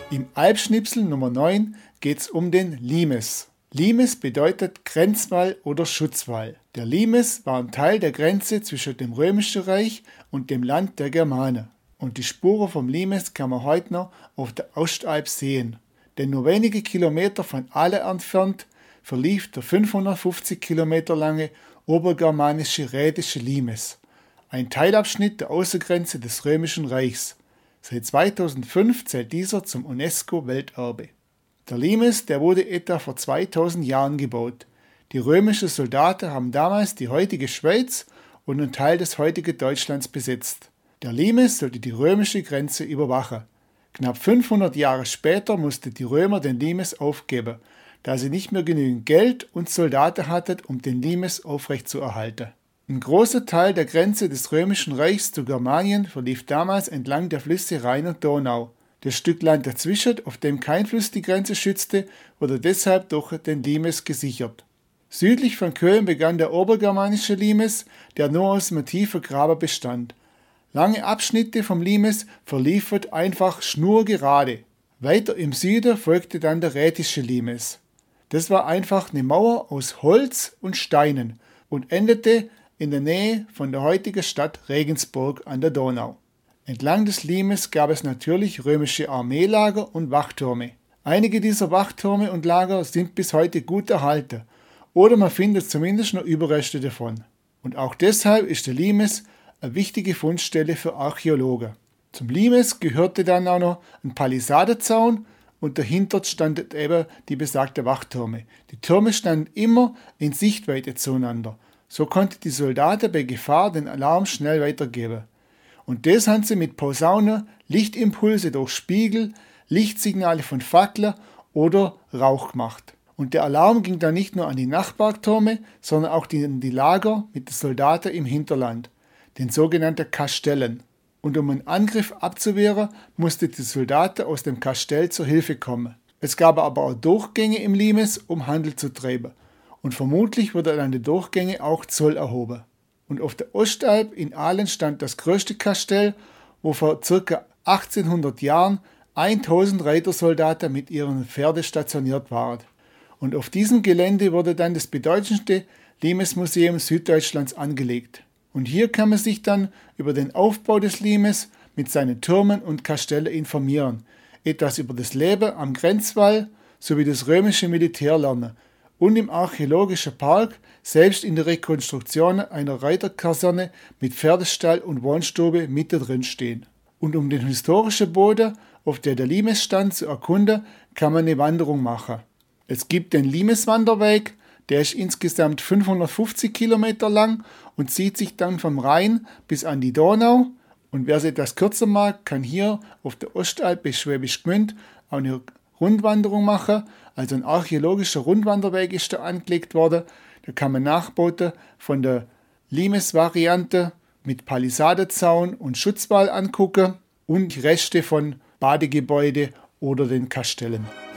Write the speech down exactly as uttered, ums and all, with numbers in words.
Im Alpschnipsel Nummer neun geht es um den Limes. Limes bedeutet Grenzwall oder Schutzwall. Der Limes war ein Teil der Grenze zwischen dem Römischen Reich und dem Land der Germanen. Und die Spuren vom Limes kann man heute noch auf der Ostalb sehen. Denn nur wenige Kilometer von Alle entfernt verlief der fünfhundertfünfzig Kilometer lange obergermanische Rädische Limes, ein Teilabschnitt der Außengrenze des Römischen Reichs. Seit zweitausendfünf zählt dieser zum UNESCO-Welterbe. Der Limes, der wurde etwa vor zweitausend Jahren gebaut. Die römischen Soldaten haben damals die heutige Schweiz und einen Teil des heutigen Deutschlands besetzt. Der Limes sollte die römische Grenze überwachen. Knapp fünfhundert Jahre später mussten die Römer den Limes aufgeben, da sie nicht mehr genügend Geld und Soldaten hatten, um den Limes aufrechtzuerhalten. Ein großer Teil der Grenze des Römischen Reichs zu Germanien verlief damals entlang der Flüsse Rhein und Donau. Das Stück Land dazwischen, auf dem kein Fluss die Grenze schützte, wurde deshalb durch den Limes gesichert. Südlich von Köln begann der obergermanische Limes, der nur aus einem tiefen Graben bestand. Lange Abschnitte vom Limes verliefen einfach schnurgerade. Weiter im Süden folgte dann der Rätische Limes. Das war einfach eine Mauer aus Holz und Steinen und endete in der Nähe von der heutigen Stadt Regensburg an der Donau. Entlang des Limes gab es natürlich römische Armeelager und Wachtürme. Einige dieser Wachtürme und Lager sind bis heute gut erhalten oder man findet zumindest noch Überreste davon. Und auch deshalb ist der Limes eine wichtige Fundstelle für Archäologen. Zum Limes gehörte dann auch noch ein Palisadenzaun und dahinter standen eben die besagten Wachtürme. Die Türme standen immer in Sichtweite zueinander. So konnten die Soldaten bei Gefahr den Alarm schnell weitergeben. Und das haben sie mit Posaunen, Lichtimpulse durch Spiegel, Lichtsignale von Fackeln oder Rauch gemacht. Und der Alarm ging dann nicht nur an die Nachbartürme, sondern auch an die Lager mit den Soldaten im Hinterland, den sogenannten Kastellen. Und um einen Angriff abzuwehren, mussten die Soldaten aus dem Kastell zur Hilfe kommen. Es gab aber auch Durchgänge im Limes, um Handel zu treiben. Und vermutlich wurde an den Durchgängen auch Zoll erhoben. Und auf der Ostalb in Aalen stand das größte Kastell, wo vor ca. achtzehnhundert Jahren tausend Reitersoldaten mit ihren Pferden stationiert waren. Und auf diesem Gelände wurde dann das bedeutendste Limesmuseum Süddeutschlands angelegt. Und hier kann man sich dann über den Aufbau des Limes mit seinen Türmen und Kastellen informieren, etwas über das Leben am Grenzwall sowie das römische Militär lernen und im archäologischen Park selbst in der Rekonstruktion einer Reiterkaserne mit Pferdestall und Wohnstube mittendrin stehen. Und um den historischen Boden, auf der der Limes stand, zu erkunden, kann man eine Wanderung machen. Es gibt den Limes-Wanderweg, der ist insgesamt fünfhundertfünfzig Kilometer lang und zieht sich dann vom Rhein bis an die Donau. Und wer es etwas kürzer mag, kann hier auf der Ostalb bei Schwäbisch Gmünd auch eine Rundwanderung machen. Also ein archäologischer Rundwanderweg ist da angelegt worden. Da kann man Nachbauten von der Limes-Variante mit Palisadenzaun und Schutzwall angucken und Reste von Badegebäude oder den Kastellen.